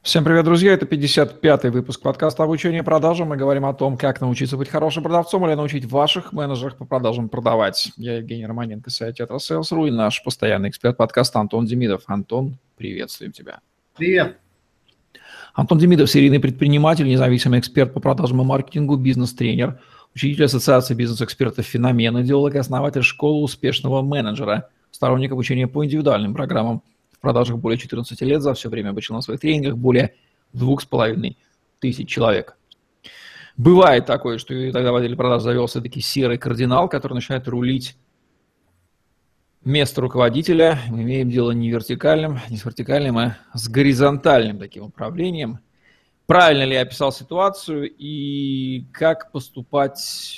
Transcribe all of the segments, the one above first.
Всем привет, друзья! Это 55-й выпуск подкаста «Обучение продажам». Мы говорим о том, как научиться быть хорошим продавцом или научить ваших менеджеров по продажам продавать. Я Евгений Романенко, сайт «Тетрасейлс.ру» и наш постоянный эксперт подкаста Антон Демидов. Антон, приветствуем тебя. Привет. Антон Демидов – серийный предприниматель, независимый эксперт по продажам и маркетингу, бизнес-тренер, учитель Ассоциации бизнес-экспертов «Феномен», идеолог и основатель школы успешного менеджера, сторонник обучения по индивидуальным программам. В продажах более 14 лет, за все время обучил на своих тренингах более 2500 человек. Бывает такое, что тогда в отделе продаж завелся таки серый кардинал, который начинает рулить место руководителя. Мы имеем дело не с вертикальным, а с горизонтальным таким управлением. Правильно ли я описал ситуацию и как поступать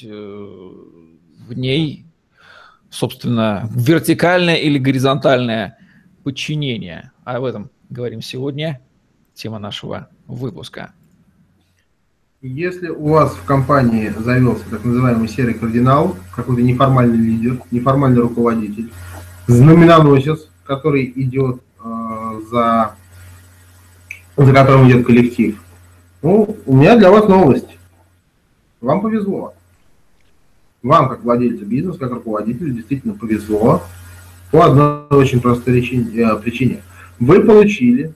в ней, собственно, вертикальное или горизонтальное подчинение? Об этом говорим сегодня. Тема нашего выпуска. Если у вас в компании завелся так называемый серый кардинал, какой-то неформальный лидер, неформальный руководитель, знаменоносец, который идет за которым идет коллектив, ну, у меня для вас новость. Вам повезло. Вам, как владельцу бизнеса, как руководителю, действительно повезло по одной очень простой причине. Вы получили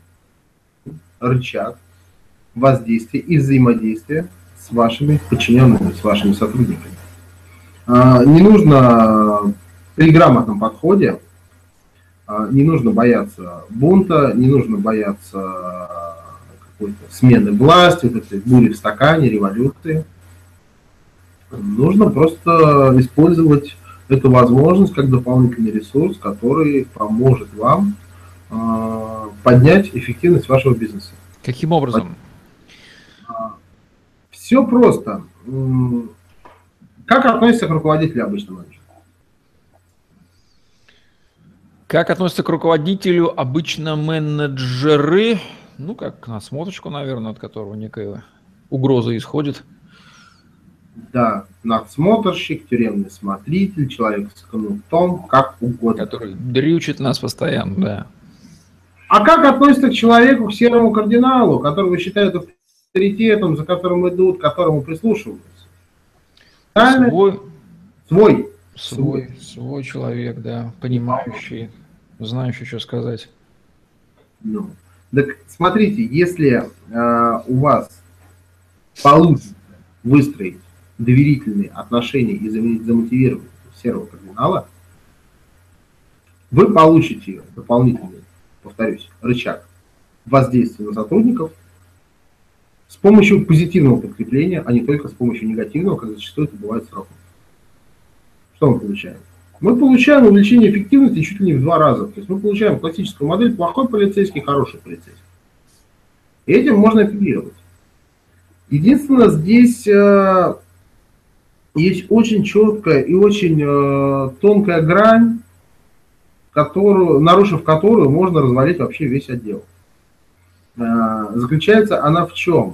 рычаг воздействия и взаимодействия с вашими подчиненными, с вашими сотрудниками. Не нужно при грамотном подходе, не нужно бояться бунта, не нужно бояться какой-то смены власти, вот этой бури в стакане, революции. Нужно просто использовать эту возможность как дополнительный ресурс, который поможет вам поднять эффективность вашего бизнеса. Каким образом? Все просто. Как относится к руководителю обычно менеджер? Как относятся к руководителю обычно менеджеры? Ну, как к насмотрщику, наверное, от которого некая угроза исходит. Да, надсмотрщик, тюремный смотритель, человек с кнутом, как угодно. Который дрючит нас постоянно, да. А как относится к человеку, к серому кардиналу, которого считают авторитетом, за которым идут, к которому прислушиваются? Свой человек, да, понимающий, знающий, что сказать. Ну, так смотрите, если у вас получится выстроить доверительные отношения и замотивировать серого кардинала, вы получите дополнительный, повторюсь, рычаг воздействия на сотрудников с помощью позитивного подкрепления, а не только с помощью негативного, как зачастую это бывает с роком. Что мы получаем? Мы получаем увеличение эффективности чуть ли не в 2 раза. То есть мы получаем классическую модель плохой полицейский, хороший полицейский. И этим можно апеллировать. Единственное, здесь есть очень четкая и очень тонкая грань, нарушив которую можно развалить вообще весь отдел. Заключается она в чем?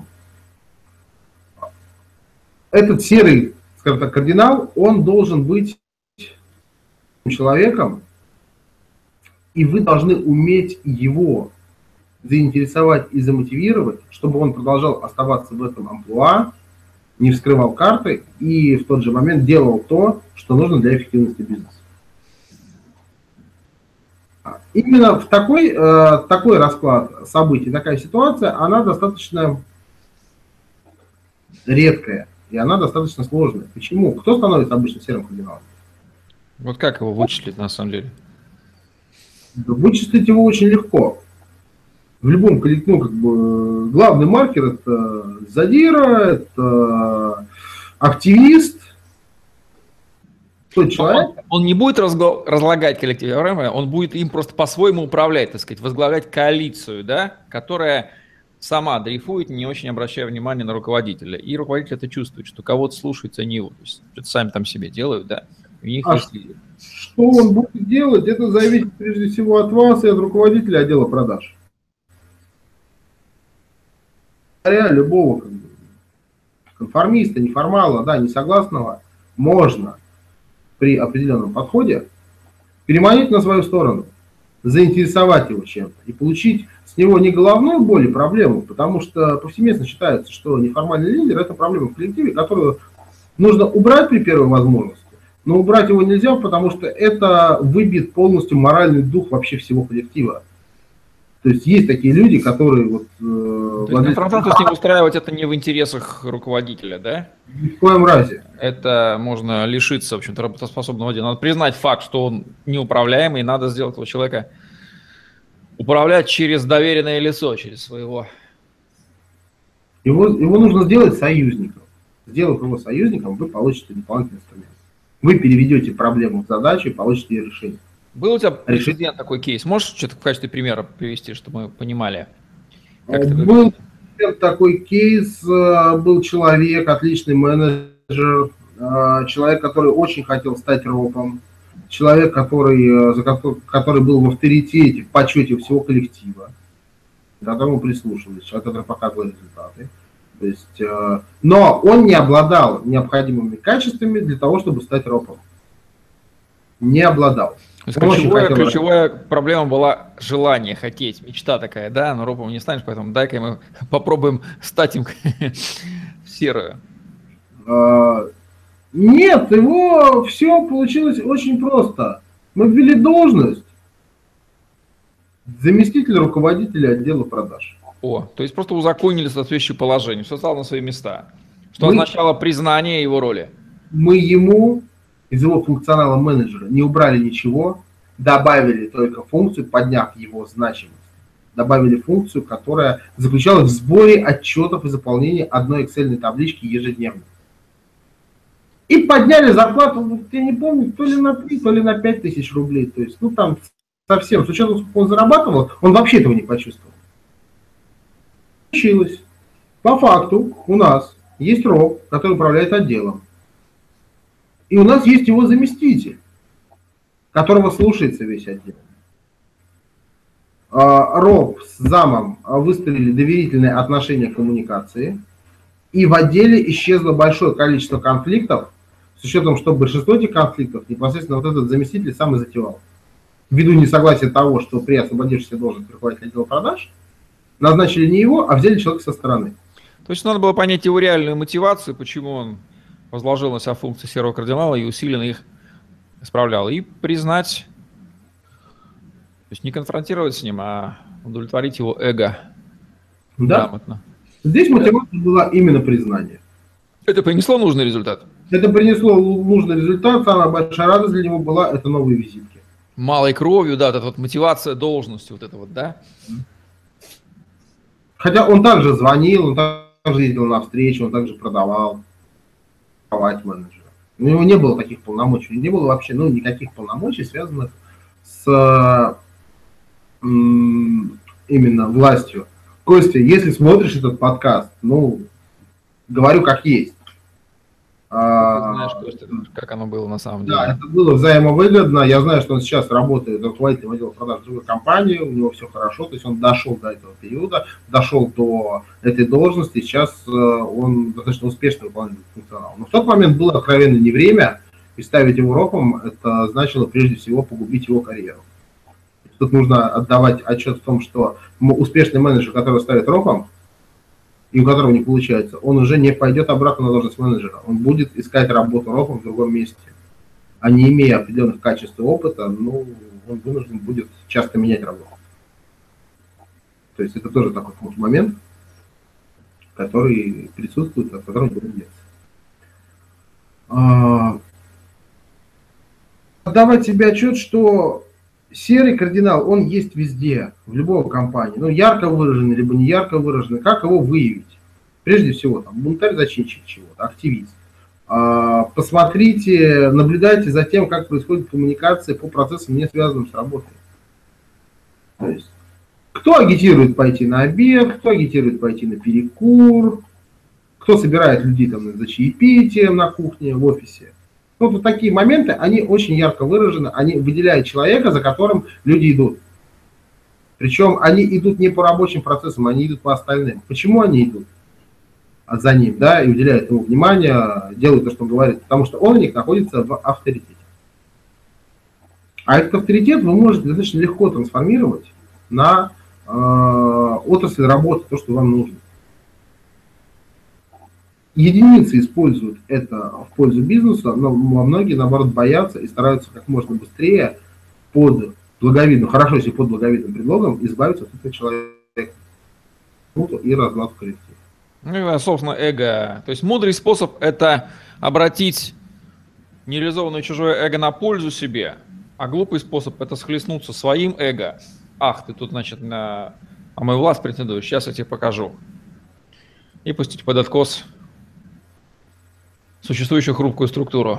Этот серый, скажем так, кардинал, он должен быть человеком, и вы должны уметь его заинтересовать и замотивировать, чтобы он продолжал оставаться в этом амплуа, не вскрывал карты и в тот же момент делал то, что нужно для эффективности бизнеса. Именно в такой расклад событий, такая ситуация, она достаточно редкая, и она достаточно сложная. Почему? Кто становится обычно серым кардиналом? Вот как его вычислить на самом деле? Вычислить его очень легко. В любом коллективе, главный маркер — это задира, это активист. Тот человек. Он не будет разлагать коллектив, он будет им просто по-своему управлять, так сказать, возглавлять коалицию, да, которая сама дрейфует, не очень обращая внимания на руководителя. И руководитель это чувствует, что кого-то слушается не его. То есть что-то сами там себе делают, да. У них есть лидер. Что он будет делать, это зависит прежде всего от вас и от руководителя отдела продаж. Любого конформиста, неформала, да, несогласного можно при определенном подходе переманить на свою сторону. заинтересовать его чем-то и получить с него не головную боль и проблему, потому что повсеместно считается, что неформальный лидер – это проблема в коллективе, которую нужно убрать при первой возможности, но убрать его нельзя, потому что это выбьет полностью моральный дух вообще всего коллектива. То есть такие люди, которые вот... конфронтацию с ним устраивать это не в интересах руководителя, да? Ни в коем разе. Это можно лишиться, в общем-то, работоспособного дела. Надо признать факт, что он неуправляемый, и надо сделать этого человека управлять через доверенное лицо, через своего. Его нужно сделать союзником. Сделав его союзником, вы получите дополнительный инструмент. Вы переведете проблему в задачу и получите ее решение. Был у тебя прецедент такой кейс? Можешь что-то в качестве примера привести, чтобы мы понимали? Был такой кейс, был человек, отличный менеджер, человек, который очень хотел стать ропом, человек, который был в авторитете, в почете всего коллектива, к которому прислушивались, человек, который показывал результаты. То есть, но он не обладал необходимыми качествами для того, чтобы стать ропом. Не обладал. Ключевая проблема была желание, хотеть, мечта такая, да, но ропом не станешь, поэтому дай-ка мы попробуем стать им в серую. Нет, его все получилось очень просто. Мы ввели должность заместителя руководителя отдела продаж. То есть просто узаконили соответствующее положение, все стало на свои места, что означало признание его роли. Мы ему из его функционала менеджера не убрали ничего, добавили только функцию, подняв его значимость. Добавили функцию, которая заключалась в сборе отчетов и заполнении одной Excel таблички ежедневно. И подняли зарплату, я не помню, то ли на 3, то ли на 5 тысяч рублей. То есть, там совсем, с учетом, сколько он зарабатывал, он вообще этого не почувствовал. Получилось. По факту у нас есть РОП, который управляет отделом. И у нас есть его заместитель, которого слушается весь отдел. РОП с замом выстроили доверительные отношения коммуникации, и в отделе исчезло большое количество конфликтов, с учетом, что большинство этих конфликтов непосредственно вот этот заместитель сам и затевал. Ввиду несогласия того, что при освободившейся должности руководителя отдела продаж, назначили не его, а взяли человека со стороны. То есть надо было понять его реальную мотивацию, почему он возложил на себя функции серого кардинала и усиленно их исправлял. И признать, то есть не конфронтировать с ним, а удовлетворить его эго грамотно. Здесь мотивация была именно признание. Это принесло нужный результат? Это принесло нужный результат. Самая большая радость для него была — это новые визитки. Малой кровью, да, вот мотивация должности, вот это вот, да? Хотя он также звонил, он также ездил на встречи, он также продавал менеджера. У него не было таких полномочий, не было вообще никаких полномочий, связанных с именно властью. Костя, если смотришь этот подкаст, говорю как есть. Ты знаешь, Костя, как оно было на самом деле. Да, это было взаимовыгодно. Я знаю, что он сейчас работает руководителем отдела продаж в другой компании, у него все хорошо, то есть он дошел до этого периода, дошел до этой должности, сейчас он достаточно успешно выполняет функционал. Но в тот момент было откровенно не время, и ставить его ропом, это значило прежде всего погубить его карьеру. Тут нужно отдавать отчет в том, что успешный менеджер, который ставит ропом, и у которого не получается, он уже не пойдет обратно на должность менеджера. Он будет искать работу ропом в другом месте. А не имея определенных качеств и опыта, он вынужден будет часто менять работу. То есть это тоже такой момент, который присутствует, от которого будет деться. Отдавать себе отчет, что серый кардинал, он есть везде, в любой компании. Ярко выраженный, либо не ярко выраженный. Как его выявить? Прежде всего, бунтарь-зачинщик чего-то, активист. Посмотрите, наблюдайте за тем, как происходит коммуникация по процессам, не связанным с работой. То есть, кто агитирует пойти на обед, кто агитирует пойти на перекур, кто собирает людей за чаепитием на кухне, в офисе. Вот такие моменты, они очень ярко выражены, они выделяют человека, за которым люди идут. Причем они идут не по рабочим процессам, они идут по остальным. Почему они идут за ним, и уделяют ему внимание, делают то, что он говорит? Потому что он у них находится в авторитете. А этот авторитет вы можете достаточно легко трансформировать на отрасль работы, то, что вам нужно. Единицы используют это в пользу бизнеса, но многие, наоборот, боятся и стараются как можно быстрее под благовидным, хорошо, если под благовидным предлогом, избавиться от этого человека и разлад в коллективе. Ну, собственно, эго. То есть мудрый способ – это обратить нереализованное чужое эго на пользу себе, а глупый способ – это схлестнуться своим эго. Ах, ты тут, значит, на мою власть претендуешь, сейчас я тебе покажу. И пустить под откос существующую хрупкую структуру,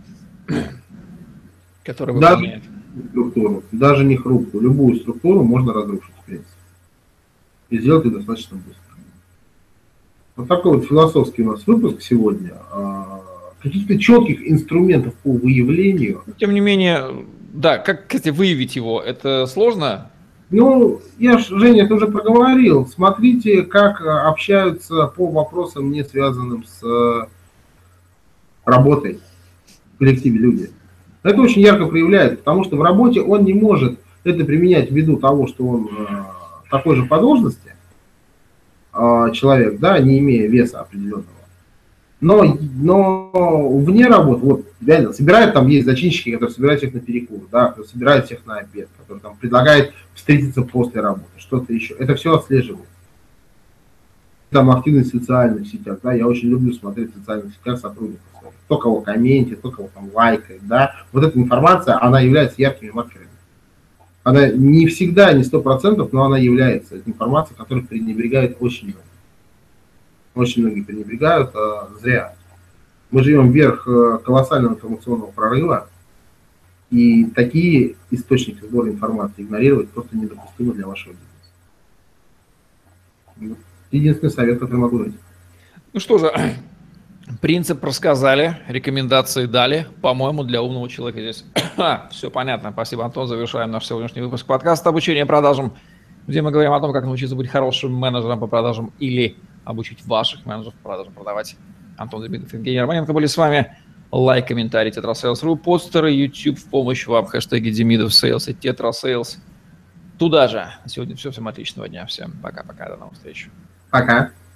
которая выполняет. Даже не хрупкую, любую структуру можно разрушить, в принципе. И сделать это достаточно быстро. Вот такой вот философский у нас выпуск сегодня. Каких-то четких инструментов по выявлению. Тем не менее, да, как, кстати, выявить его, это сложно? Ну, я же, Женя, это уже проговорил. Смотрите, как общаются по вопросам, не связанным с работой в коллективе люди. Это очень ярко проявляется, потому что в работе он не может это применять ввиду того, что он такой же по должности человек, да, не имея веса определенного. Но вне работы, вот реально, собирает, там есть зачинщики, которые собирают всех на перекур, да, которые собирают всех на обед, которые там предлагают встретиться после работы, что-то еще. Это все отслеживают. Там активность в социальных сетях, да, я очень люблю смотреть в социальных сетях сотрудников. Кто кого комментит, кто кого там лайкает, да. Вот эта информация, она является яркими маркерами. Она не всегда, не 100%, но она является. Это информация, которой пренебрегают очень много. Очень многие пренебрегают, зря. Мы живем вверх колоссального информационного прорыва, и такие источники сбора информации игнорировать просто недопустимо для вашего бизнеса. Единственный совет, который могу дать. Ну что же, принцип рассказали, рекомендации дали, по-моему, для умного человека здесь. Все понятно. Спасибо, Антон. Завершаем наш сегодняшний выпуск подкаста «Обучение продажам», где мы говорим о том, как научиться быть хорошим менеджером по продажам или обучить ваших менеджеров по продажам продавать. Антон Демидов и Евгений Романенко были с вами. Лайк, комментарий, Tetrasales.ru, постеры, YouTube в помощь вам, хэштеги Демидов Sales и Tetrasales. Туда же. Сегодня все. Всем отличного дня. Всем пока-пока. До новых встреч. Пока.